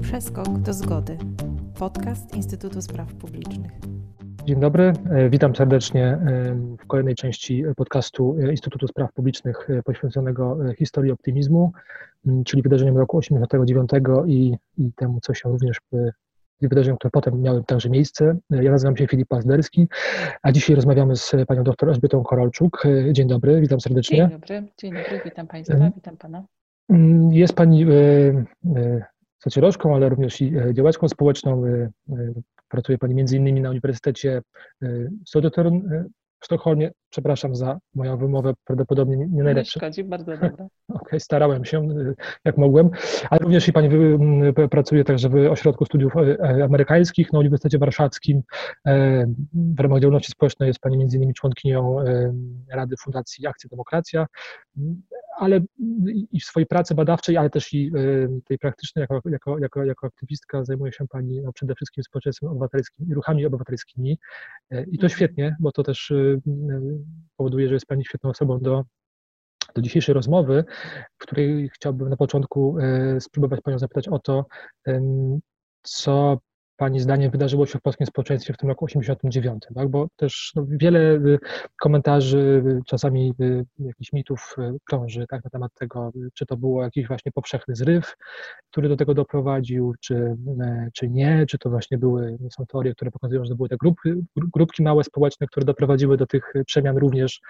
Przeskok do zgody. Podcast Instytutu Spraw Publicznych. Dzień dobry, witam serdecznie w kolejnej części podcastu Instytutu Spraw Publicznych poświęconego historii optymizmu, czyli wydarzeniom roku 1989 i temu, co się również wydarzeniom, które potem miały także miejsce. Ja nazywam się Filip Pazderski, a dzisiaj rozmawiamy z panią dr Elżbietą Korolczuk. Dzień dobry, witam serdecznie. Dzień dobry, witam państwa, witam pana. Jest pani socjolożką, ale również i działaczką społeczną. Pracuje pani między innymi na Uniwersytecie Södertörn w Sztokholmie. Przepraszam za moją wymowę, prawdopodobnie nie najlepszą. Nie szkodzi, bardzo dobra. Okej, starałem się jak mogłem, ale również i pani pracuje także w Ośrodku Studiów Amerykańskich na Uniwersytecie Warszawskim. W ramach działalności społecznej jest pani między innymi członkinią Rady Fundacji Akcja Demokracja, ale i w swojej pracy badawczej, ale też i tej praktycznej, jako aktywistka zajmuje się pani przede wszystkim społeczeństwem obywatelskim i ruchami obywatelskimi. I to świetnie, bo to też powoduje, że jest pani świetną osobą do dzisiejszej rozmowy, w której chciałbym na początku spróbować panią zapytać o to, co pani zdaniem wydarzyło się w polskim społeczeństwie w tym roku 89, tak? Bo też wiele komentarzy, czasami jakichś mitów krąży, tak, na temat tego, czy to było jakiś właśnie powszechny zryw, który do tego doprowadził, czy nie, czy to właśnie są teorie, które pokazują, że to były te grupki małe społeczne, które doprowadziły do tych przemian również.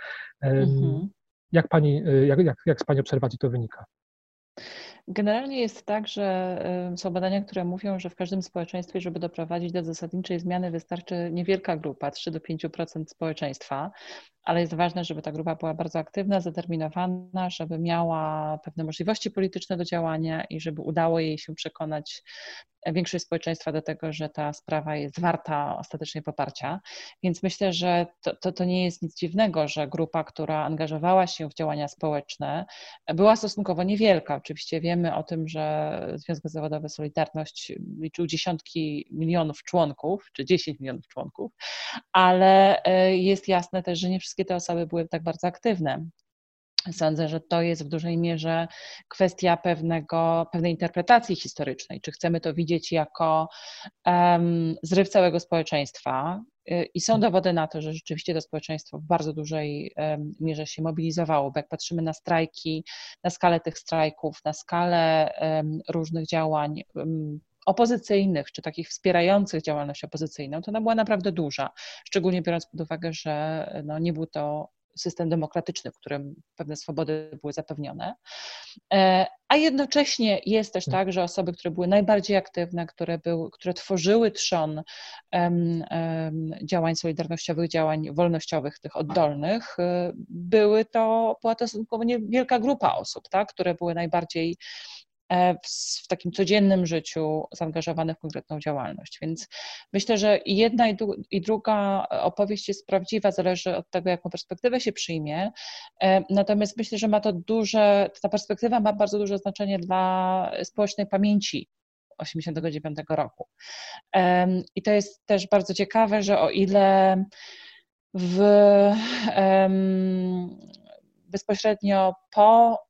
Jak z pani obserwacji to wynika? Generalnie jest tak, że są badania, które mówią, że w każdym społeczeństwie, żeby doprowadzić do zasadniczej zmiany, wystarczy niewielka grupa, 3-5% społeczeństwa, ale jest ważne, żeby ta grupa była bardzo aktywna, zdeterminowana, żeby miała pewne możliwości polityczne do działania i żeby udało jej się przekonać większość społeczeństwa do tego, że ta sprawa jest warta ostatecznie poparcia. Więc myślę, że to nie jest nic dziwnego, że grupa, która angażowała się w działania społeczne, była stosunkowo niewielka. Oczywiście wiemy o tym, że Związek Zawodowy Solidarność liczył dziesiątki milionów członków, czy 10 milionów członków, ale jest jasne też, że nie wszystkie te osoby były tak bardzo aktywne. Sądzę, że to jest w dużej mierze kwestia pewnej interpretacji historycznej. Czy chcemy to widzieć jako zryw całego społeczeństwa? I są dowody na to, że rzeczywiście to społeczeństwo w bardzo dużej mierze się mobilizowało, bo jak patrzymy na strajki, na skalę tych strajków, na skalę różnych działań opozycyjnych, czy takich wspierających działalność opozycyjną, to ona była naprawdę duża, szczególnie biorąc pod uwagę, że nie był to system demokratyczny, w którym pewne swobody były zapewnione. A jednocześnie jest też tak, że osoby, które były najbardziej aktywne, które tworzyły trzon działań solidarnościowych, działań wolnościowych, tych oddolnych, była to stosunkowo niewielka grupa osób, tak, które były najbardziej w takim codziennym życiu zaangażowane w konkretną działalność. Więc myślę, że i jedna i druga opowieść jest prawdziwa, zależy od tego, jaką perspektywę się przyjmie. Natomiast myślę, że ta perspektywa ma bardzo duże znaczenie dla społecznej pamięci 1989 roku. I to jest też bardzo ciekawe, że o ile bezpośrednio po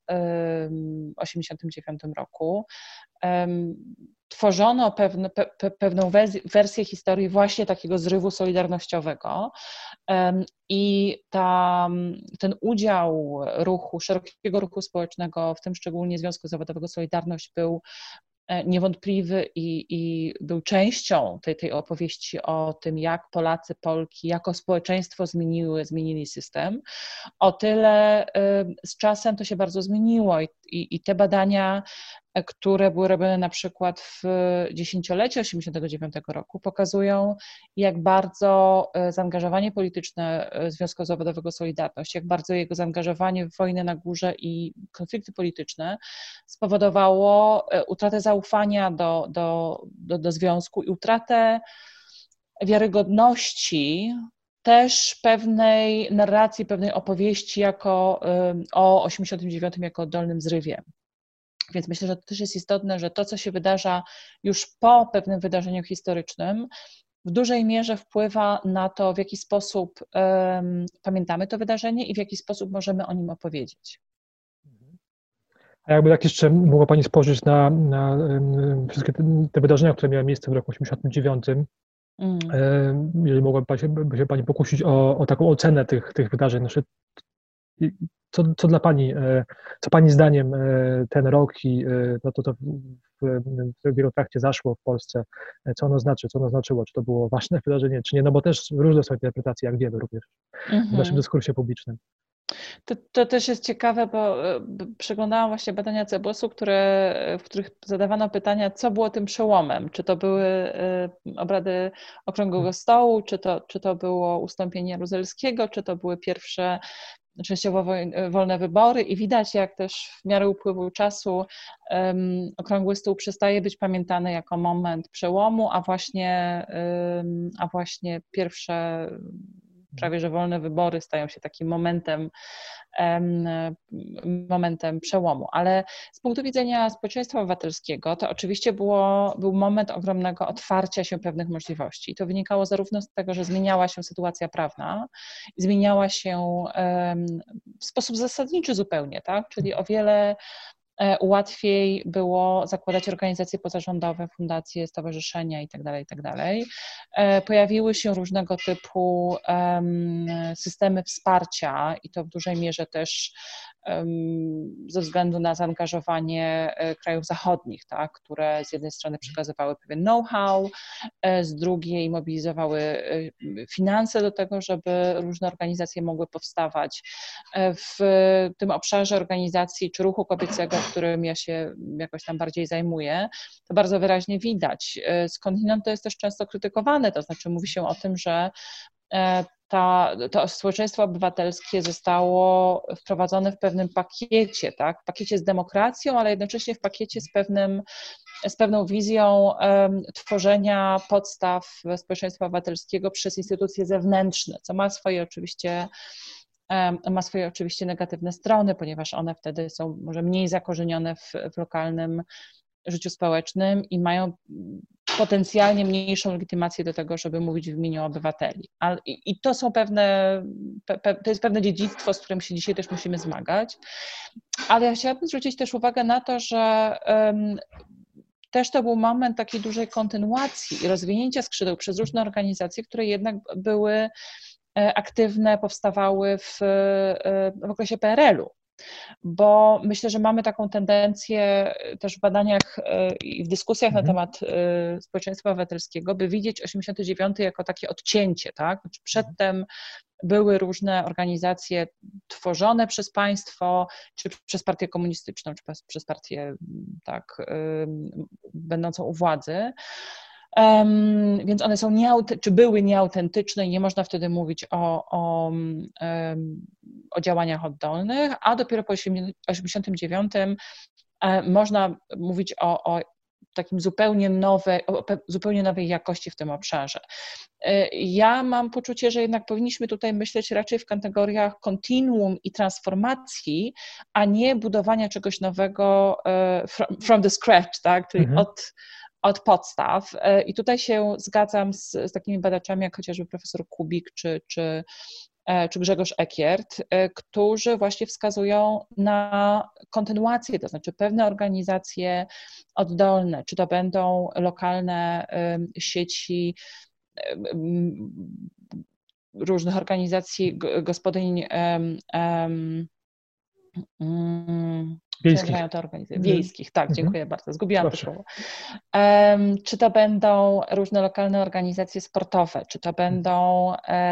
1989 roku tworzono pewną wersję historii właśnie takiego zrywu solidarnościowego i ten udział szerokiego ruchu społecznego, w tym szczególnie Związku Zawodowego Solidarność, był niewątpliwy i był częścią tej opowieści o tym, jak Polacy, Polki jako społeczeństwo zmienili system. O tyle z czasem to się bardzo zmieniło i te badania, które były robione na przykład w dziesięciolecie 1989 roku, pokazują, jak bardzo zaangażowanie polityczne Związku Zawodowego Solidarność, jak bardzo jego zaangażowanie w wojnę na górze i konflikty polityczne spowodowało utratę zaufania do związku i utratę wiarygodności też pewnej narracji, pewnej opowieści o 89 jako oddolnym zrywie. Więc myślę, że to też jest istotne, że to, co się wydarza już po pewnym wydarzeniu historycznym, w dużej mierze wpływa na to, w jaki sposób pamiętamy to wydarzenie i w jaki sposób możemy o nim opowiedzieć. A jakby tak jeszcze mogła Pani spojrzeć na wszystkie te wydarzenia, które miały miejsce w roku 1989, jeżeli mogłaby się Pani pokusić o taką ocenę tych wydarzeń, znaczy, co dla Pani, co Pani zdaniem ten rok i to w wielu trakcie zaszło w Polsce, co ono znaczy, co ono znaczyło, czy to było ważne wydarzenie, czy nie, no bo też różne są interpretacje, jak wiemy również w naszym dyskursie publicznym. To też jest ciekawe, bo przeglądałam właśnie badania CBOS-u, w których zadawano pytania, co było tym przełomem. Czy to były obrady Okrągłego Stołu, czy to było ustąpienie Jaruzelskiego, czy to były pierwsze częściowo wolne wybory i widać, jak też w miarę upływu czasu Okrągły Stół przestaje być pamiętany jako moment przełomu, a właśnie pierwsze prawie że wolne wybory stają się takim momentem przełomu. Ale z punktu widzenia społeczeństwa obywatelskiego to oczywiście był moment ogromnego otwarcia się pewnych możliwości. I to wynikało zarówno z tego, że zmieniała się sytuacja prawna, zmieniała się w sposób zasadniczy zupełnie, tak? Czyli o wiele łatwiej było zakładać organizacje pozarządowe, fundacje, stowarzyszenia itd. Pojawiły się różnego typu systemy wsparcia i to w dużej mierze też ze względu na zaangażowanie krajów zachodnich, tak, które z jednej strony przekazywały pewien know-how, z drugiej mobilizowały finanse do tego, żeby różne organizacje mogły powstawać. W tym obszarze organizacji czy ruchu kobiecego, którym ja się jakoś tam bardziej zajmuję, to bardzo wyraźnie widać. Skądinąd to jest też często krytykowane, to znaczy mówi się o tym, że to społeczeństwo obywatelskie zostało wprowadzone w pewnym pakiecie, tak? W pakiecie z demokracją, ale jednocześnie w pakiecie z pewną wizją tworzenia podstaw społeczeństwa obywatelskiego przez instytucje zewnętrzne, co ma swoje oczywiście negatywne strony, ponieważ one wtedy są może mniej zakorzenione w lokalnym życiu społecznym i mają potencjalnie mniejszą legitymację do tego, żeby mówić w imieniu obywateli. I to są to jest pewne dziedzictwo, z którym się dzisiaj też musimy zmagać. Ale ja chciałabym zwrócić też uwagę na to, że też to był moment takiej dużej kontynuacji i rozwinięcia skrzydeł przez różne organizacje, które jednak były aktywne, powstawały w okresie PRL-u. Bo myślę, że mamy taką tendencję też w badaniach i w dyskusjach na temat społeczeństwa obywatelskiego, by widzieć 89 jako takie odcięcie, tak? Znaczy przedtem były różne organizacje tworzone przez państwo, czy przez partię komunistyczną, czy przez partię tak, będącą u władzy. Więc one są czy były nieautentyczne i nie można wtedy mówić o działaniach oddolnych, a dopiero po 1989 można mówić o takim zupełnie nowej jakości w tym obszarze. Ja mam poczucie, że jednak powinniśmy tutaj myśleć raczej w kategoriach kontinuum i transformacji, a nie budowania czegoś nowego from the scratch, tak? Czyli od podstaw. I tutaj się zgadzam z takimi badaczami, jak chociażby profesor Kubik czy Grzegorz Ekiert, którzy właśnie wskazują na kontynuację, to znaczy pewne organizacje oddolne, czy to będą lokalne sieci różnych organizacji gospodyń wiejskich, tak, dziękuję bardzo, zgubiłam to słowo. Czy to będą różne lokalne organizacje sportowe, czy to będą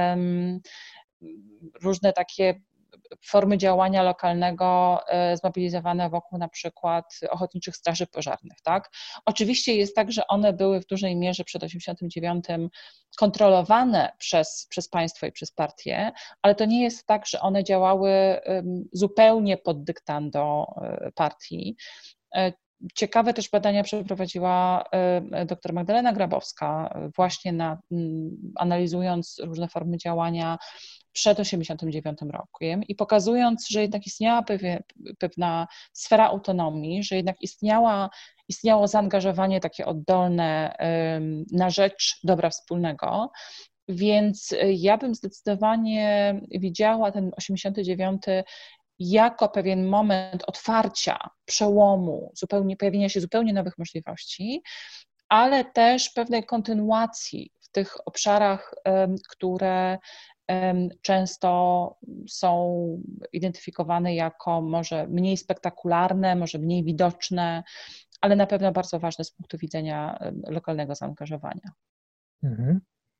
różne takie formy działania lokalnego zmobilizowane wokół na przykład ochotniczych straży pożarnych, tak? Oczywiście jest tak, że one były w dużej mierze przed 1989 kontrolowane przez państwo i przez partię, ale to nie jest tak, że one działały zupełnie pod dyktando partii. Ciekawe też badania przeprowadziła dr Magdalena Grabowska, właśnie analizując różne formy działania przed 1989 rokiem i pokazując, że jednak istniała pewna sfera autonomii, że jednak istniało zaangażowanie takie oddolne na rzecz dobra wspólnego. Więc ja bym zdecydowanie widziała ten 89 jako pewien moment otwarcia, przełomu, pojawienia się zupełnie nowych możliwości, ale też pewnej kontynuacji w tych obszarach, które często są identyfikowane jako może mniej spektakularne, może mniej widoczne, ale na pewno bardzo ważne z punktu widzenia lokalnego zaangażowania. Mhm.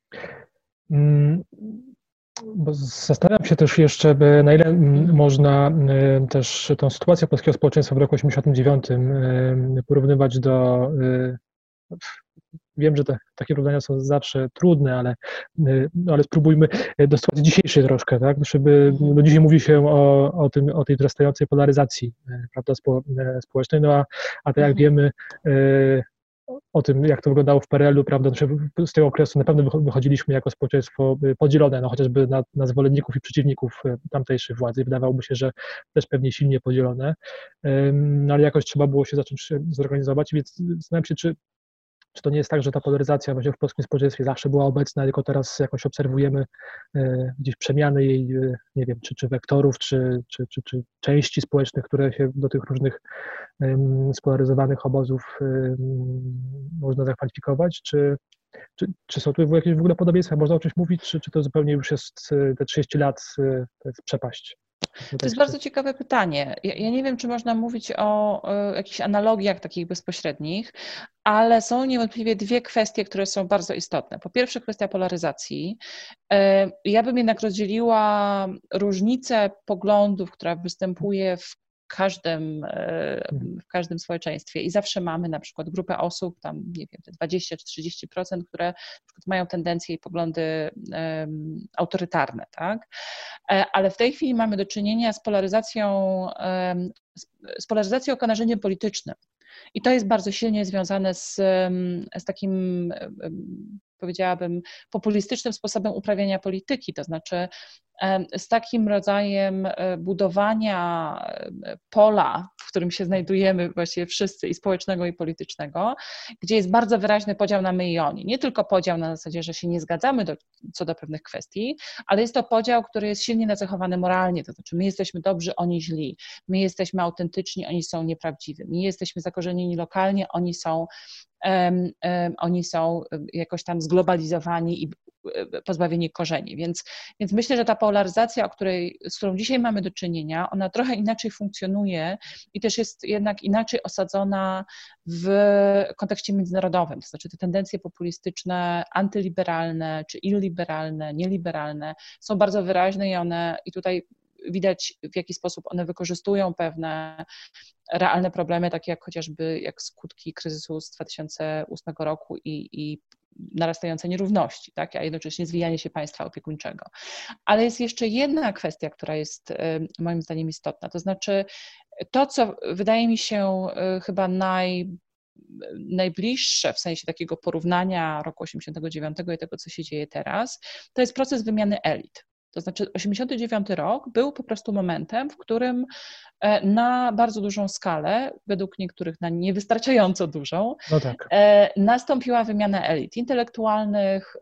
Bo zastanawiam się też jeszcze, na ile można też tą sytuację polskiego społeczeństwa w roku 1989 porównywać do... Wiem, że takie porównania są zawsze trudne, ale spróbujmy do sytuacji dzisiejszej troszkę, tak? No dzisiaj mówi się o tej wzrastającej polaryzacji, prawda, społecznej, no a tak jak wiemy, o tym, jak to wyglądało w PRL-u, prawda, z tego okresu na pewno wychodziliśmy jako społeczeństwo podzielone, no chociażby na zwolenników i przeciwników tamtejszej władzy. Wydawałoby się, że też pewnie silnie podzielone, no ale jakoś trzeba było się zacząć zorganizować, więc zastanawiam się, czy to nie jest tak, że ta polaryzacja właśnie w polskim społeczeństwie zawsze była obecna, tylko teraz jakoś obserwujemy gdzieś przemiany jej, nie wiem, czy wektorów, czy części społecznych, które się do tych różnych spolaryzowanych obozów można zakwalifikować, czy są tu jakieś w ogóle podobieństwa, można o czymś mówić, czy to zupełnie już jest te 30 lat, to jest przepaść? To jest bardzo ciekawe pytanie. Ja nie wiem, czy można mówić o jakichś analogiach takich bezpośrednich, ale są niewątpliwie dwie kwestie, które są bardzo istotne. Po pierwsze, kwestia polaryzacji. Ja bym jednak rozdzieliła różnicę poglądów, która występuje w każdym społeczeństwie i zawsze mamy na przykład grupę osób, tam nie wiem, te 20 czy 30%, które na przykład mają tendencje i poglądy autorytarne, tak? Ale w tej chwili mamy do czynienia z polaryzacją o konarzeniu politycznym. I to jest bardzo silnie związane z takim, powiedziałabym, populistycznym sposobem uprawiania polityki, to znaczy z takim rodzajem budowania pola, w którym się znajdujemy właściwie wszyscy, i społecznego, i politycznego, gdzie jest bardzo wyraźny podział na my i oni. Nie tylko podział na zasadzie, że się nie zgadzamy co do pewnych kwestii, ale jest to podział, który jest silnie nacechowany moralnie, to znaczy my jesteśmy dobrzy, oni źli, my jesteśmy autentyczni, oni są nieprawdziwi, my jesteśmy zakorzenieni lokalnie, oni są jakoś tam zglobalizowani i pozbawieni korzeni. Więc myślę, że ta polaryzacja, z którą dzisiaj mamy do czynienia, ona trochę inaczej funkcjonuje i też jest jednak inaczej osadzona w kontekście międzynarodowym. To znaczy te tendencje populistyczne, antyliberalne czy illiberalne, nieliberalne są bardzo wyraźne i tutaj widać, w jaki sposób one wykorzystują pewne realne problemy, takie jak chociażby skutki kryzysu z 2008 roku i narastające nierówności, tak? A jednocześnie zwijanie się państwa opiekuńczego. Ale jest jeszcze jedna kwestia, która jest moim zdaniem istotna, to znaczy to, co wydaje mi się chyba najbliższe w sensie takiego porównania roku 89 i tego, co się dzieje teraz, to jest proces wymiany elit. To znaczy 89 rok był po prostu momentem, w którym na bardzo dużą skalę, według niektórych na niewystarczająco dużą, no tak, nastąpiła wymiana elit intelektualnych,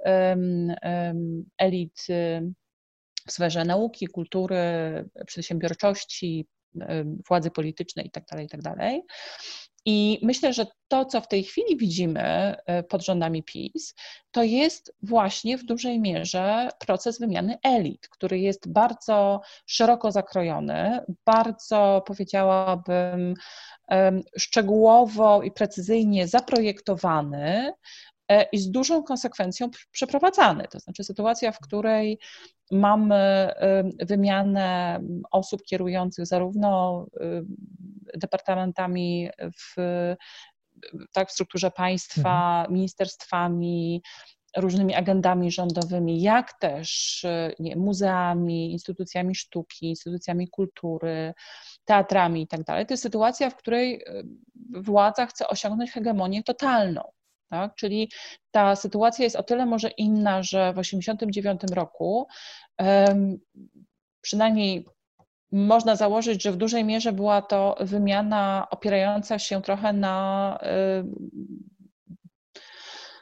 elit w sferze nauki, kultury, przedsiębiorczości, władzy politycznej itd. I myślę, że to, co w tej chwili widzimy pod rządami PiS, to jest właśnie w dużej mierze proces wymiany elit, który jest bardzo szeroko zakrojony, bardzo, powiedziałabym, szczegółowo i precyzyjnie zaprojektowany i z dużą konsekwencją przeprowadzany. To znaczy sytuacja, w której mamy wymianę osób kierujących zarówno departamentami w strukturze państwa, ministerstwami, różnymi agendami rządowymi, jak też muzeami, instytucjami sztuki, instytucjami kultury, teatrami i tak dalej. To jest sytuacja, w której władza chce osiągnąć hegemonię totalną. Tak? Czyli ta sytuacja jest o tyle może inna, że w 1989 roku przynajmniej można założyć, że w dużej mierze była to wymiana opierająca się trochę na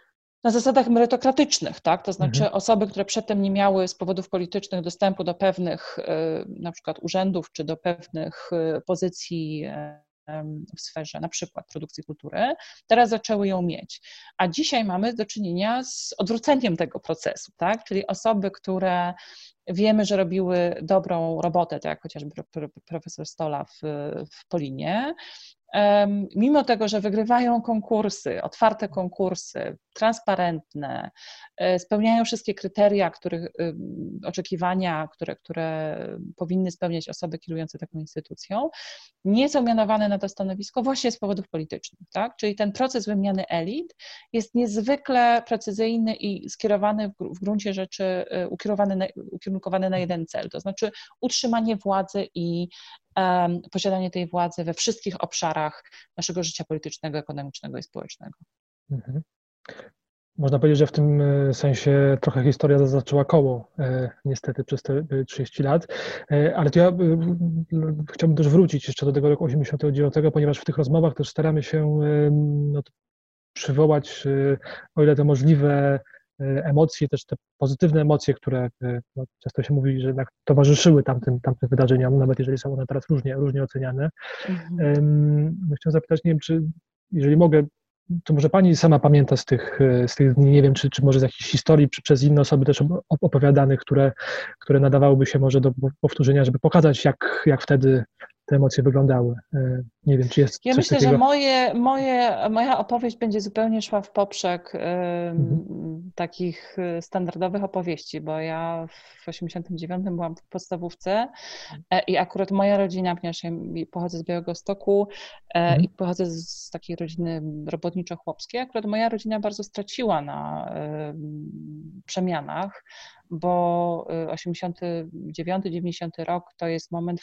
na zasadach merytokratycznych, tak? To znaczy Mhm. osoby, które przedtem nie miały z powodów politycznych dostępu do pewnych na przykład urzędów czy do pewnych pozycji w sferze na przykład produkcji kultury, teraz zaczęły ją mieć. A dzisiaj mamy do czynienia z odwróceniem tego procesu, tak? Czyli osoby, które wiemy, że robiły dobrą robotę, tak jak chociażby profesor Stola w Polinie, mimo tego, że wygrywają konkursy, otwarte konkursy, transparentne, spełniają wszystkie kryteria, oczekiwania, które powinny spełniać osoby kierujące taką instytucją, nie są mianowane na to stanowisko właśnie z powodów politycznych. Tak? Czyli ten proces wymiany elit jest niezwykle precyzyjny i skierowany w gruncie rzeczy, ukierunkowany na jeden cel, to znaczy utrzymanie władzy i posiadanie tej władzy we wszystkich obszarach naszego życia politycznego, ekonomicznego i społecznego. Mhm. Można powiedzieć, że w tym sensie trochę historia zaczęła koło, niestety przez te 30 lat, ale to ja chciałbym też wrócić jeszcze do tego roku 89, ponieważ w tych rozmowach też staramy się przywołać, o ile to możliwe, emocje, też te pozytywne emocje, które często się mówi, że jednak towarzyszyły tamtym wydarzeniom, nawet jeżeli są one teraz różnie oceniane. Chciałem zapytać, nie wiem, czy jeżeli mogę, to może Pani sama pamięta z tych dni, nie wiem, czy może z jakichś historii, czy przez inne osoby też opowiadanych, które nadawałyby się może do powtórzenia, żeby pokazać, jak wtedy te emocje wyglądały. Nie wiem, czy jest Ja coś myślę, że takiego. moja opowieść będzie zupełnie szła w poprzek takich standardowych opowieści, bo ja w 89 byłam w podstawówce i akurat moja rodzina, ponieważ ja pochodzę z Białegostoku i pochodzę z takiej rodziny robotniczo-chłopskiej, akurat moja rodzina bardzo straciła na przemianach, bo 89-90 rok to jest moment,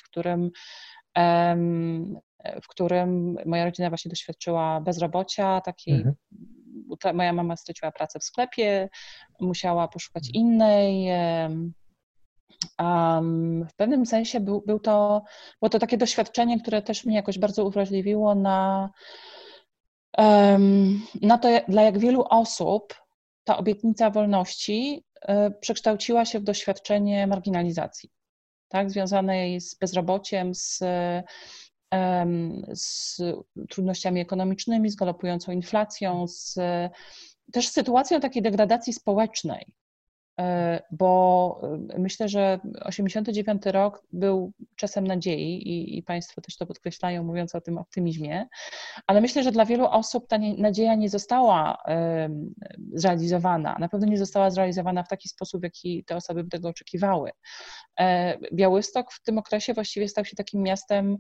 w którym moja rodzina właśnie doświadczyła bezrobocia, moja mama straciła pracę w sklepie, musiała poszukać innej. W pewnym sensie było to takie doświadczenie, które też mnie jakoś bardzo uwrażliwiło na to, dla jak wielu osób ta obietnica wolności przekształciła się w doświadczenie marginalizacji, tak, związanej z bezrobociem, z trudnościami ekonomicznymi, z galopującą inflacją, też sytuacją takiej degradacji społecznej, bo myślę, że 89 rok był czasem nadziei i Państwo też to podkreślają, mówiąc o tym optymizmie, ale myślę, że dla wielu osób ta nadzieja nie została zrealizowana, na pewno nie została zrealizowana w taki sposób, w jaki te osoby by tego oczekiwały. Białystok w tym okresie właściwie stał się takim miastem,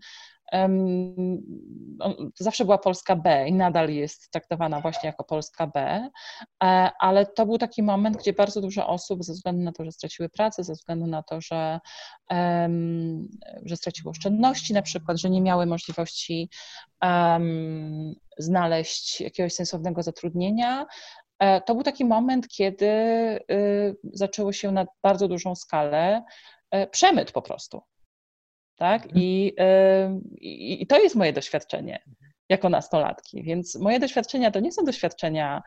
to zawsze była Polska B i nadal jest traktowana właśnie jako Polska B, ale to był taki moment, gdzie bardzo dużo osób ze względu na to, że straciły pracę, ze względu na to, że straciły oszczędności na przykład, że nie miały możliwości znaleźć jakiegoś sensownego zatrudnienia, to był taki moment, kiedy zaczęło się na bardzo dużą skalę przemyt po prostu. Tak? I to jest moje doświadczenie jako nastolatki. Więc moje doświadczenia to nie są doświadczenia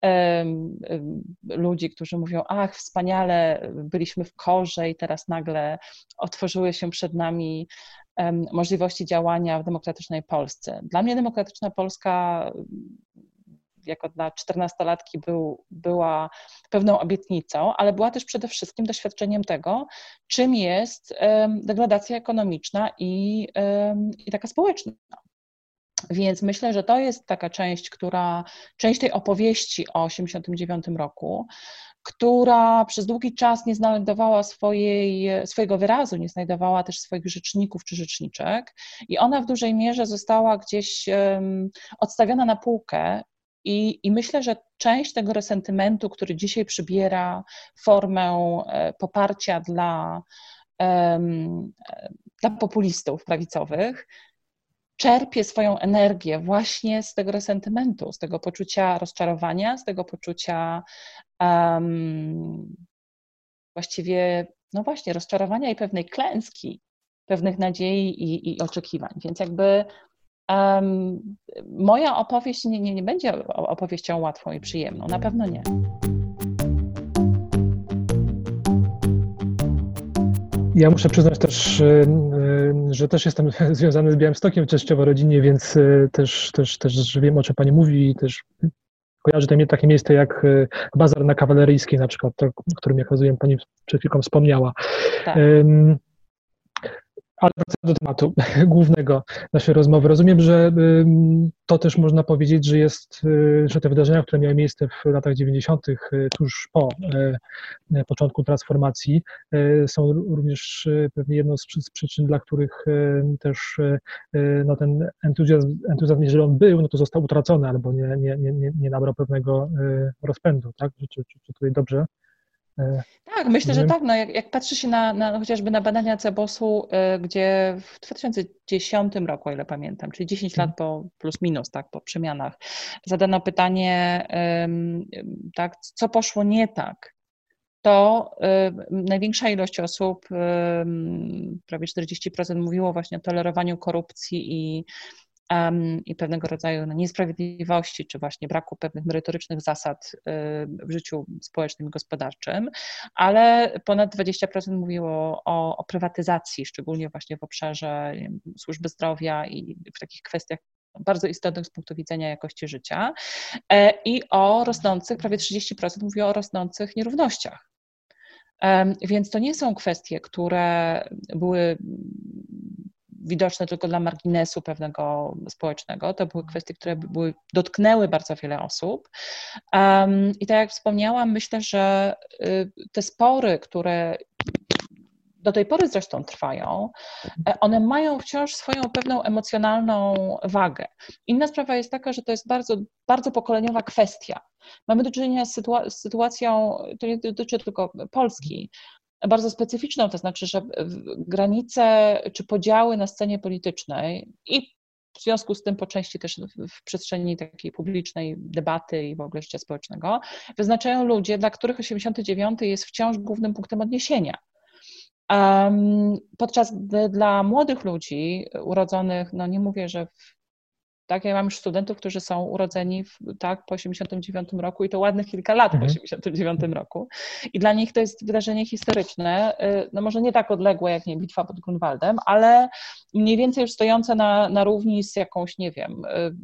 ludzi, którzy mówią, ach, wspaniale, byliśmy w korze i teraz nagle otworzyły się przed nami możliwości działania w demokratycznej Polsce. Dla mnie demokratyczna Polska jako dla 14-latki była pewną obietnicą, ale była też przede wszystkim doświadczeniem tego, czym jest degradacja ekonomiczna i taka społeczna. Więc myślę, że to jest taka część tej opowieści o 1989 roku, która przez długi czas nie znajdowała swojego wyrazu, nie znajdowała też swoich rzeczników czy rzeczniczek i ona w dużej mierze została gdzieś odstawiona na półkę. I myślę, że część tego resentymentu, który dzisiaj przybiera formę poparcia dla populistów prawicowych, czerpie swoją energię właśnie z tego resentymentu, z tego poczucia rozczarowania, z tego poczucia właściwie, no właśnie, rozczarowania i pewnej klęski, pewnych nadziei i oczekiwań. Więc jakby Moja opowieść nie będzie opowieścią łatwą i przyjemną, na pewno nie. Ja muszę przyznać też, że też jestem związany z Białymstokiem częściowo rodzinnie, więc też wiem, o czym pani mówi i też kojarzy mnie takie miejsce jak Bazar na Kawaleryjskiej na przykład, to, o którym, jak rozumiem, pani przed chwilką wspomniała. Tak. Ale wracając do tematu głównego naszej rozmowy, rozumiem, że to też można powiedzieć, że te wydarzenia, które miały miejsce w latach 90., tuż po początku transformacji, są również pewnie jedną z przyczyn, dla których też no, ten entuzjazm, jeżeli on był, no to został utracony albo nie nabrał pewnego rozpędu, tak? Czy tutaj dobrze? Tak, myślę, że tak. No, jak patrzy się chociażby na badania CBOS-u, gdzie w 2010 roku, o ile pamiętam, czyli 10 lat plus minus, tak, po przemianach, zadano pytanie, tak, co poszło nie tak, to największa ilość osób, prawie 40%, mówiło właśnie o tolerowaniu korupcji i pewnego rodzaju niesprawiedliwości, czy właśnie braku pewnych merytorycznych zasad w życiu społecznym i gospodarczym, ale ponad 20% mówiło o prywatyzacji, szczególnie właśnie w obszarze służby zdrowia i w takich kwestiach bardzo istotnych z punktu widzenia jakości życia, i o rosnących, prawie 30% mówiło o rosnących nierównościach. Więc to nie są kwestie, które były widoczne tylko dla marginesu pewnego społecznego. To były kwestie, które dotknęły bardzo wiele osób. I tak jak wspomniałam, myślę, że te spory, które do tej pory zresztą trwają, one mają wciąż swoją pewną emocjonalną wagę. Inna sprawa jest taka, że to jest bardzo, bardzo pokoleniowa kwestia. Mamy do czynienia z sytuacją, to nie dotyczy tylko Polski, bardzo specyficzną, to znaczy, że granice czy podziały na scenie politycznej i w związku z tym po części też w przestrzeni takiej publicznej debaty i w ogóle życia społecznego wyznaczają ludzie, dla których 89 jest wciąż głównym punktem odniesienia. Podczas gdy dla młodych ludzi urodzonych, no nie mówię, że tak, ja mam już studentów, którzy są urodzeni tak, po 89 roku i to ładnych kilka lat po 89 roku. I dla nich to jest wydarzenie historyczne, no może nie tak odległe jak nie bitwa pod Grunwaldem, ale mniej więcej już stojące na równi z jakąś, nie wiem,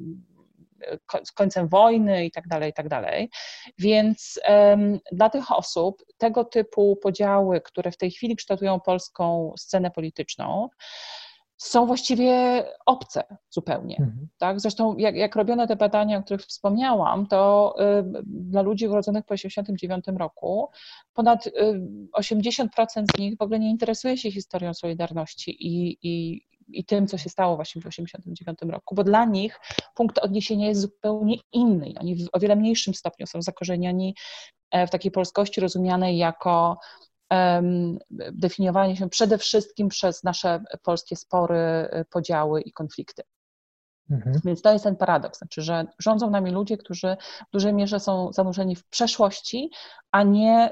z końcem wojny i tak dalej. Więc dla tych osób tego typu podziały, które w tej chwili kształtują polską scenę polityczną, są właściwie obce zupełnie. Tak? Zresztą jak robiono te badania, o których wspomniałam, to dla ludzi urodzonych po 1989 roku ponad 80% z nich w ogóle nie interesuje się historią Solidarności i tym, co się stało właśnie w 1989 roku, bo dla nich punkt odniesienia jest zupełnie inny. Oni w o wiele mniejszym stopniu są zakorzenieni w takiej polskości rozumianej jako definiowanie się przede wszystkim przez nasze polskie spory, podziały i konflikty. Więc to jest ten paradoks, znaczy, że rządzą nami ludzie, którzy w dużej mierze są zanurzeni w przeszłości, a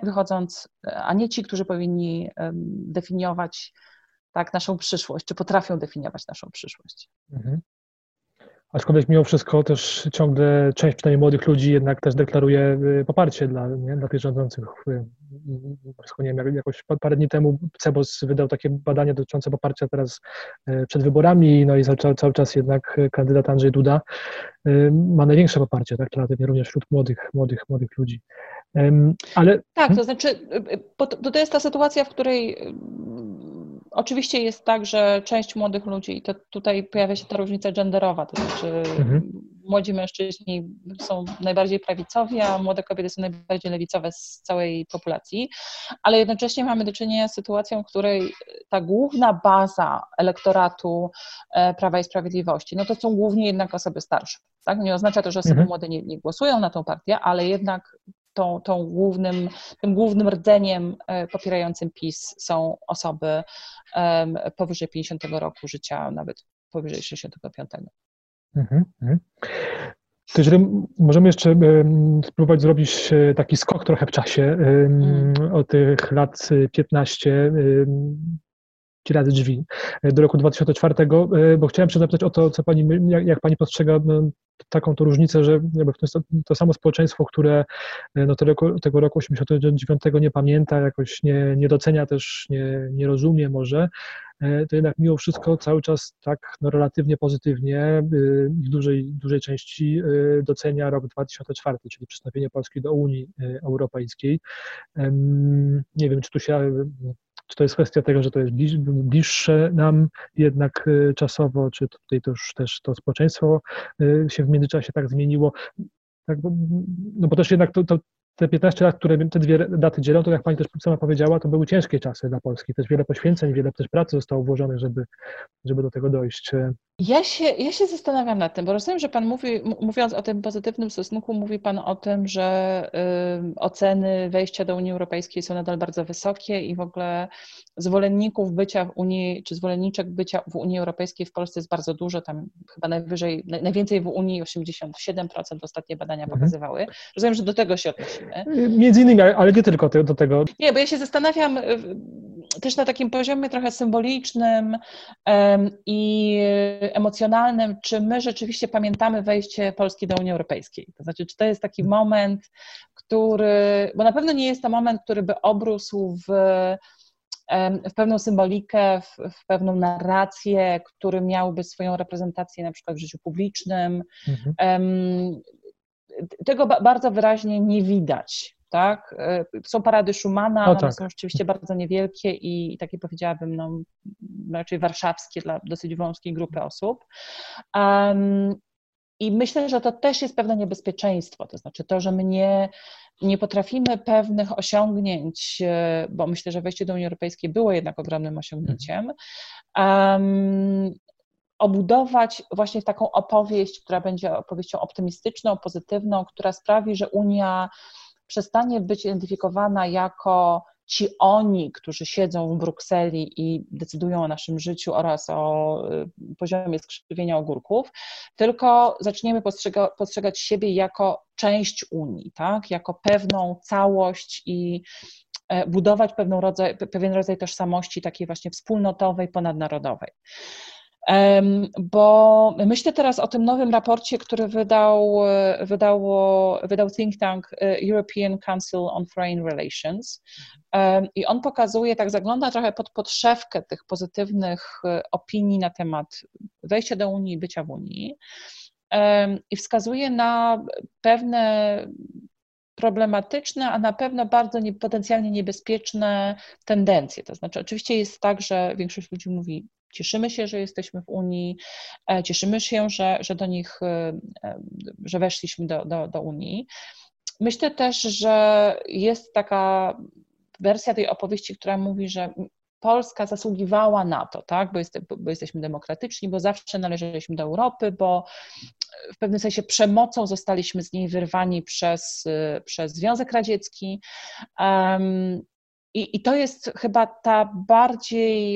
nie ci, którzy powinni definiować tak naszą przyszłość, czy potrafią definiować naszą przyszłość. Aczkolwiek mimo wszystko też ciągle część przynajmniej młodych ludzi jednak też deklaruje poparcie dla tych rządzących. Nie wiem, jakoś parę dni temu CBOS wydał takie badania dotyczące poparcia teraz przed wyborami, no i cały czas jednak kandydat Andrzej Duda ma największe poparcie, tak, relatywnie również wśród młodych ludzi. Ale... Tak, to znaczy, to jest ta sytuacja, w której oczywiście jest tak, że część młodych ludzi, i to tutaj pojawia się ta różnica genderowa, to znaczy młodzi mężczyźni są najbardziej prawicowi, a młode kobiety są najbardziej lewicowe z całej populacji, ale jednocześnie mamy do czynienia z sytuacją, w której ta główna baza elektoratu Prawa i Sprawiedliwości, no to są głównie jednak osoby starsze. Tak? Nie oznacza to, że osoby młode nie głosują na tą partię, ale jednak tym głównym rdzeniem popierającym PiS są osoby powyżej 50 roku życia, nawet powyżej 65. To jeżeli możemy jeszcze spróbować zrobić taki skok trochę w czasie o tych lat 15. razy drzwi do roku 2004, bo chciałem się zapytać o to, co pani, jak pani postrzega taką to różnicę, że jakby to samo społeczeństwo, które tego roku 89 nie pamięta, jakoś nie docenia też, nie rozumie może, to jednak mimo wszystko cały czas tak relatywnie pozytywnie w dużej części docenia rok 2004, czyli przystąpienie Polski do Unii Europejskiej. Nie wiem, czy to jest kwestia tego, że to jest bliższe nam jednak czasowo, czy tutaj też to społeczeństwo się w międzyczasie tak zmieniło. Tak, bo też jednak te 15 lat, które te dwie daty dzielą, to jak pani też sama powiedziała, to były ciężkie czasy dla Polski. Też wiele poświęceń, wiele też pracy zostało włożone, żeby do tego dojść. Ja się zastanawiam nad tym, bo rozumiem, że Pan mówiąc o tym pozytywnym stosunku, mówi Pan o tym, że oceny wejścia do Unii Europejskiej są nadal bardzo wysokie i w ogóle zwolenników bycia w Unii, czy zwolenniczek bycia w Unii Europejskiej w Polsce jest bardzo dużo, tam chyba najwięcej w Unii, 87% ostatnie badania pokazywały. Rozumiem, że do tego się odnosimy. Między innymi, ale nie tylko do tego. Nie, bo ja się zastanawiam też na takim poziomie trochę symbolicznym i emocjonalnym, czy my rzeczywiście pamiętamy wejście Polski do Unii Europejskiej. To znaczy, czy to jest taki moment, bo na pewno nie jest to moment, który by obrósł w pewną symbolikę, w pewną narrację, który miałby swoją reprezentację na przykład w życiu publicznym. Tego bardzo wyraźnie nie widać. Tak? Są parady Schumana, one są rzeczywiście bardzo niewielkie i takie powiedziałabym, raczej warszawskie dla dosyć wąskiej grupy osób. I myślę, że to też jest pewne niebezpieczeństwo, to znaczy to, że my nie potrafimy pewnych osiągnięć, bo myślę, że wejście do Unii Europejskiej było jednak ogromnym osiągnięciem, obudować właśnie w taką opowieść, która będzie opowieścią optymistyczną, pozytywną, która sprawi, że Unia przestanie być identyfikowana jako ci oni, którzy siedzą w Brukseli i decydują o naszym życiu oraz o poziomie skrzywienia ogórków, tylko zaczniemy postrzegać siebie jako część Unii, tak? Jako pewną całość i budować pewien rodzaj tożsamości takiej właśnie wspólnotowej, ponadnarodowej. Bo myślę teraz o tym nowym raporcie, który wydał think tank European Council on Foreign Relations i on pokazuje, tak zagląda trochę pod podszewkę tych pozytywnych opinii na temat wejścia do Unii i bycia w Unii i wskazuje na pewne problematyczne, a na pewno bardzo potencjalnie niebezpieczne tendencje. To znaczy oczywiście jest tak, że większość ludzi mówi, cieszymy się, że jesteśmy w Unii, cieszymy się, że weszliśmy do Unii. Myślę też, że jest taka wersja tej opowieści, która mówi, że Polska zasługiwała na to, tak? Bo jesteśmy demokratyczni, bo zawsze należeliśmy do Europy, bo w pewnym sensie przemocą zostaliśmy z niej wyrwani przez Związek Radziecki. I to jest chyba ta bardziej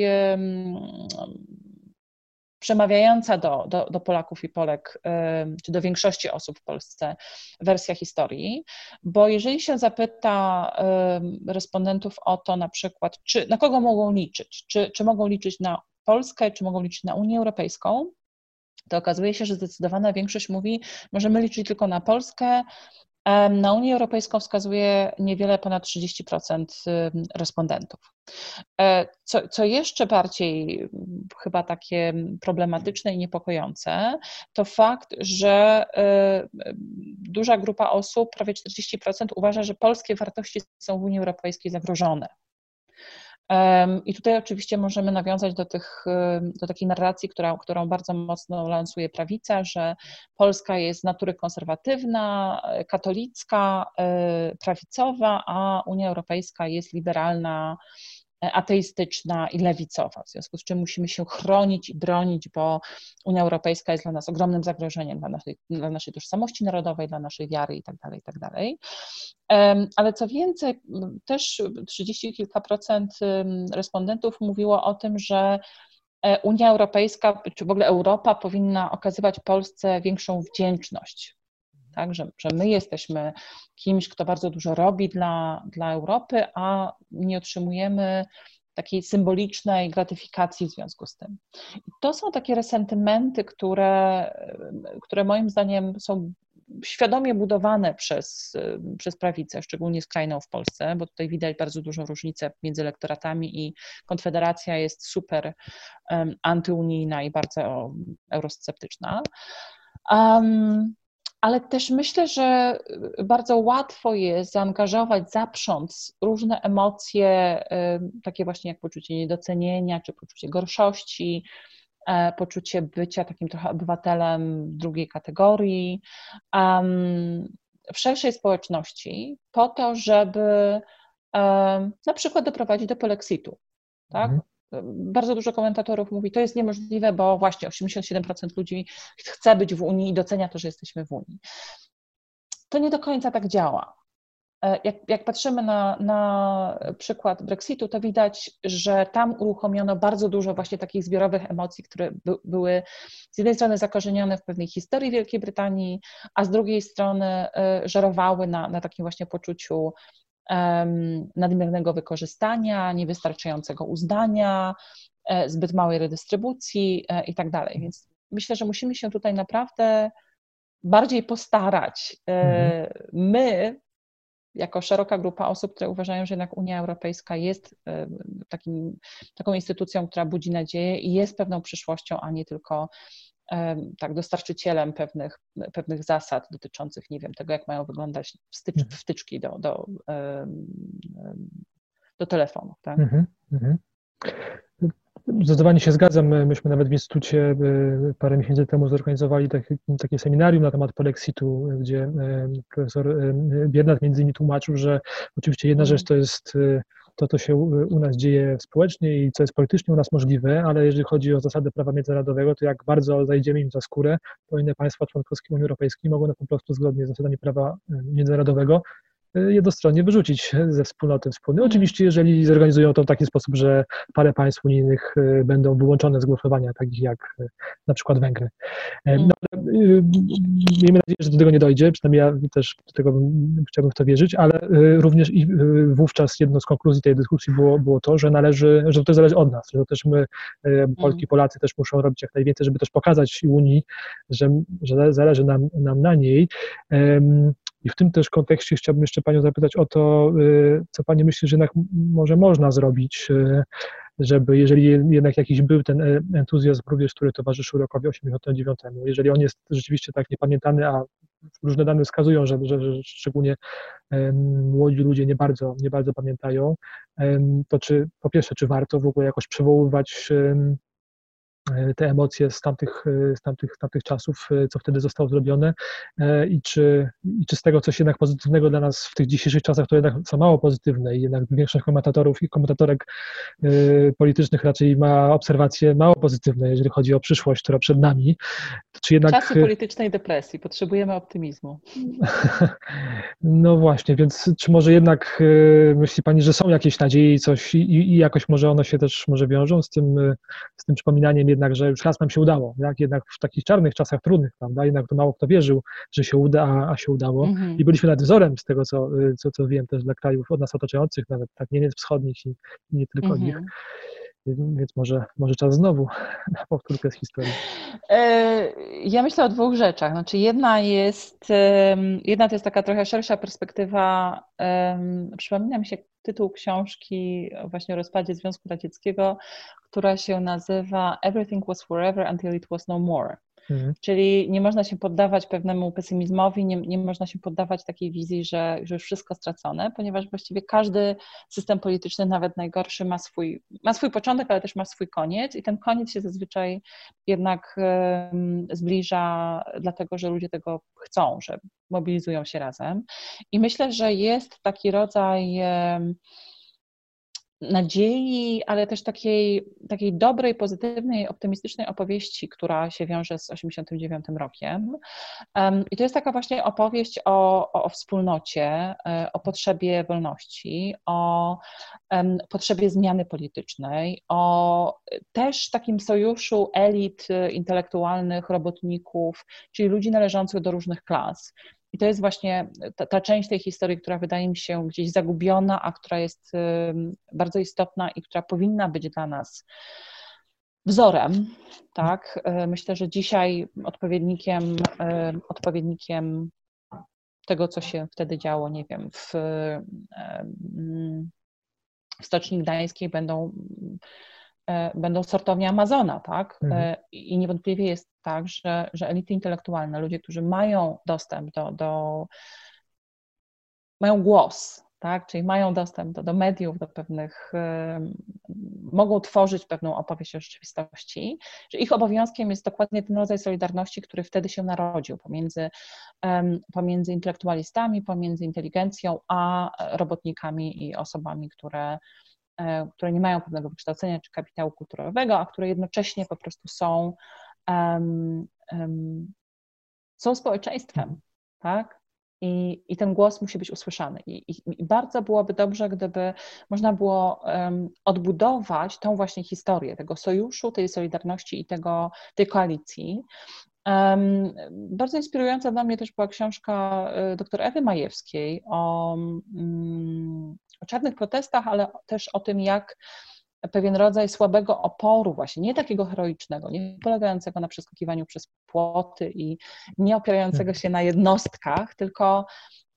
przemawiająca do Polaków i Polek, czy do większości osób w Polsce wersja historii, bo jeżeli się zapyta respondentów o to na przykład, na kogo mogą liczyć, czy mogą liczyć na Polskę, czy mogą liczyć na Unię Europejską, to okazuje się, że zdecydowana większość mówi, możemy liczyć tylko na Polskę. Na Unię Europejską wskazuje niewiele ponad 30% respondentów. Co jeszcze bardziej chyba takie problematyczne i niepokojące, to fakt, że duża grupa osób, prawie 40%, uważa, że polskie wartości są w Unii Europejskiej zagrożone. I tutaj oczywiście możemy nawiązać do takiej narracji, którą bardzo mocno lansuje prawica, że Polska jest z natury konserwatywna, katolicka, prawicowa, a Unia Europejska jest liberalna, ateistyczna i lewicowa, w związku z czym musimy się chronić i bronić, bo Unia Europejska jest dla nas ogromnym zagrożeniem, dla naszej tożsamości narodowej, dla naszej wiary itd. Ale co więcej, też 30 kilka procent respondentów mówiło o tym, że Unia Europejska, czy w ogóle Europa powinna okazywać Polsce większą wdzięczność. Tak, że my jesteśmy kimś, kto bardzo dużo robi dla Europy, a nie otrzymujemy takiej symbolicznej gratyfikacji w związku z tym. I to są takie resentymenty, które moim zdaniem są świadomie budowane przez prawicę, szczególnie skrajną w Polsce, bo tutaj widać bardzo dużą różnicę między elektoratami i Konfederacja jest super antyunijna i bardzo eurosceptyczna. Ale też myślę, że bardzo łatwo jest zaangażować, zaprząc różne emocje, takie właśnie jak poczucie niedocenienia, czy poczucie gorszości, poczucie bycia takim trochę obywatelem drugiej kategorii w szerszej społeczności po to, żeby na przykład doprowadzić do polexitu, tak? Bardzo dużo komentatorów mówi, to jest niemożliwe, bo właśnie 87% ludzi chce być w Unii i docenia to, że jesteśmy w Unii. To nie do końca tak działa. Jak patrzymy na przykład Brexitu, to widać, że tam uruchomiono bardzo dużo właśnie takich zbiorowych emocji, które były z jednej strony zakorzenione w pewnej historii Wielkiej Brytanii, a z drugiej strony żerowały na takim właśnie poczuciu nadmiernego wykorzystania, niewystarczającego uznania, zbyt małej redystrybucji i tak dalej. Więc myślę, że musimy się tutaj naprawdę bardziej postarać. My, jako szeroka grupa osób, które uważają, że jednak Unia Europejska jest taką instytucją, która budzi nadzieję i jest pewną przyszłością, a nie tylko tak dostarczycielem pewnych zasad dotyczących, nie wiem, tego, jak mają wyglądać wtyczki do telefonów. Tak? Zdecydowanie się zgadzam. Myśmy nawet w Instytucie parę miesięcy temu zorganizowali takie seminarium na temat polexitu, gdzie profesor Biernat między innymi tłumaczył, że oczywiście jedna rzecz to jest to, co się u nas dzieje społecznie i co jest politycznie u nas możliwe, ale jeżeli chodzi o zasady prawa międzynarodowego, to jak bardzo zajdziemy im za skórę, to inne państwa członkowskie Unii Europejskiej mogą nas po prostu zgodnie z zasadami prawa międzynarodowego jednostronnie wyrzucić ze wspólnoty wspólnej. Oczywiście, jeżeli zorganizują to w taki sposób, że parę państw unijnych będą wyłączone z głosowania, takich jak na przykład Węgry. No, miejmy nadzieję, że do tego nie dojdzie, przynajmniej ja też do tego chciałbym w to wierzyć, ale również i wówczas jedną z konkluzji tej dyskusji było to, że to zależy od nas, że też my, Polki, Polacy też muszą robić jak najwięcej, żeby też pokazać Unii, że zależy nam na niej. I w tym też kontekście chciałbym jeszcze Panią zapytać o to, co Pani myśli, że jednak może można zrobić, żeby, jeżeli jednak jakiś był ten entuzjazm również, który towarzyszył rokowi 89, jeżeli on jest rzeczywiście tak niepamiętany, a różne dane wskazują, że szczególnie młodzi ludzie nie bardzo pamiętają, to po pierwsze, czy warto w ogóle jakoś przywoływać te emocje z tamtych czasów, co wtedy zostało zrobione i czy z tego coś jednak pozytywnego dla nas w tych dzisiejszych czasach, to jednak są mało pozytywne i jednak większość komentatorów i komentatorek politycznych raczej ma obserwacje mało pozytywne, jeżeli chodzi o przyszłość, która przed nami. Czy jednak... Czasy politycznej depresji, potrzebujemy optymizmu. No właśnie, więc czy może jednak myśli Pani, że są jakieś nadzieje i coś i jakoś może one się też może wiążą z tym przypominaniem jednak, że już raz nam się udało, tak? Jednak w takich czarnych czasach trudnych, prawda? Jednak to mało kto wierzył, że się uda, a się udało. I byliśmy nad wzorem z tego, co wiem też dla krajów od nas otaczających, nawet tak Niemiec wschodnich i nie tylko ich. Więc może czas znowu na powtórkę z historii. Ja myślę o dwóch rzeczach. Znaczy jedna to jest taka trochę szersza perspektywa. Przypomina mi się tytuł książki właśnie o rozpadzie Związku Radzieckiego, która się nazywa Everything was forever until it was no more. Czyli nie można się poddawać pewnemu pesymizmowi, nie można się poddawać takiej wizji, że już wszystko stracone, ponieważ właściwie każdy system polityczny, nawet najgorszy, ma swój początek, ale też ma swój koniec i ten koniec się zazwyczaj jednak zbliża, dlatego że ludzie tego chcą, że mobilizują się razem. I myślę, że jest taki rodzaj nadziei, ale też takiej dobrej, pozytywnej, optymistycznej opowieści, która się wiąże z 89 rokiem. I to jest taka właśnie opowieść o wspólnocie, o potrzebie wolności, o potrzebie zmiany politycznej, o też takim sojuszu elit intelektualnych, robotników, czyli ludzi należących do różnych klas. I to jest właśnie ta część tej historii, która wydaje mi się gdzieś zagubiona, a która jest bardzo istotna i która powinna być dla nas wzorem, tak? Myślę, że dzisiaj odpowiednikiem tego, co się wtedy działo, nie wiem, w Stoczni Gdańskiej będą sortownie Amazona, tak? I niewątpliwie jest tak, że elity intelektualne, ludzie, którzy mają dostęp mają głos, tak? Czyli mają dostęp do mediów, do pewnych, mogą tworzyć pewną opowieść o rzeczywistości, że ich obowiązkiem jest dokładnie ten rodzaj solidarności, który wtedy się narodził pomiędzy intelektualistami, pomiędzy inteligencją, a robotnikami i osobami, które nie mają pewnego wykształcenia czy kapitału kulturowego, a które jednocześnie po prostu są społeczeństwem, tak? I ten głos musi być usłyszany. I bardzo byłoby dobrze, gdyby można było odbudować tą właśnie historię tego sojuszu, tej solidarności i tej koalicji. Bardzo inspirująca dla mnie też była książka dr Ewy Majewskiej o czarnych protestach, ale też o tym, jak pewien rodzaj słabego oporu właśnie, nie takiego heroicznego, nie polegającego na przeskakiwaniu przez płoty i nie opierającego się na jednostkach, tylko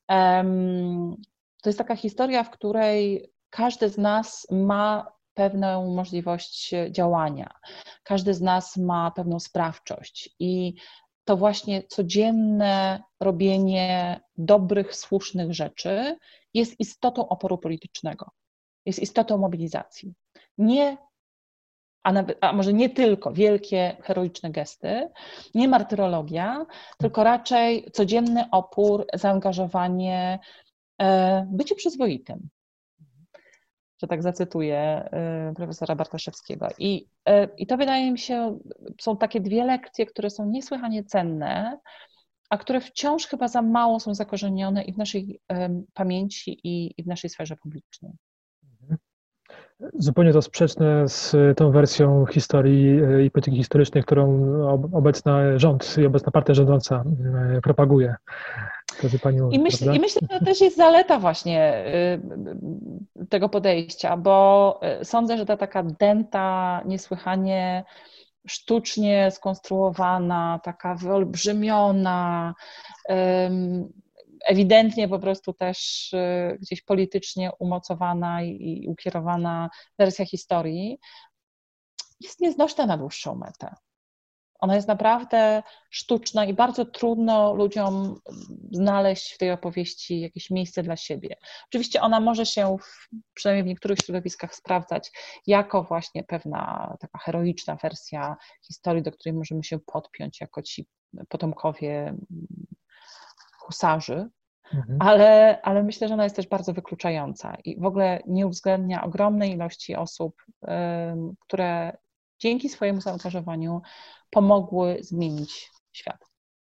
to jest taka historia, w której każdy z nas ma pewną możliwość działania, każdy z nas ma pewną sprawczość i to właśnie codzienne robienie dobrych, słusznych rzeczy jest istotą oporu politycznego, jest istotą mobilizacji. A może nie tylko wielkie, heroiczne gesty, nie martyrologia, tylko raczej codzienny opór, zaangażowanie, bycie przyzwoitym, że tak zacytuję profesora Bartoszewskiego. I to wydaje mi się, są takie dwie lekcje, które są niesłychanie cenne, a które wciąż chyba za mało są zakorzenione i w naszej pamięci, i w naszej sferze publicznej. Zupełnie to sprzeczne z tą wersją historii i polityki historycznej, którą obecny rząd i obecna partia rządząca propaguje. I myślę, że to też jest zaleta właśnie tego podejścia, bo sądzę, że ta taka dęta, niesłychanie sztucznie skonstruowana, taka wyolbrzymiona, ewidentnie po prostu też gdzieś politycznie umocowana i ukierowana wersja historii jest nieznośna na dłuższą metę. Ona jest naprawdę sztuczna i bardzo trudno ludziom znaleźć w tej opowieści jakieś miejsce dla siebie. Oczywiście ona może się, przynajmniej w niektórych środowiskach, sprawdzać jako właśnie pewna taka heroiczna wersja historii, do której możemy się podpiąć jako ci potomkowie husarzy, ale myślę, że ona jest też bardzo wykluczająca i w ogóle nie uwzględnia ogromnej ilości osób, które dzięki swojemu zaangażowaniu pomogły zmienić świat.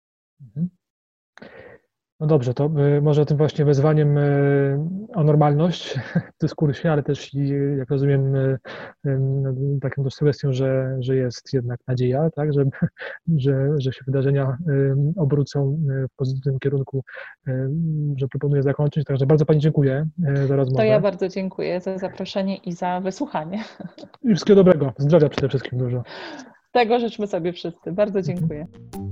No dobrze, to może tym właśnie wezwaniem o normalność w dyskursie, ale też, jak rozumiem, taką też sugestią, że jest jednak nadzieja, tak, że się wydarzenia obrócą w pozytywnym kierunku, że proponuję zakończyć. Także bardzo Pani dziękuję za rozmowę. To ja bardzo dziękuję za zaproszenie i za wysłuchanie. I wszystkiego dobrego, zdrowia przede wszystkim dużo. Tego życzmy sobie wszyscy. Bardzo dziękuję.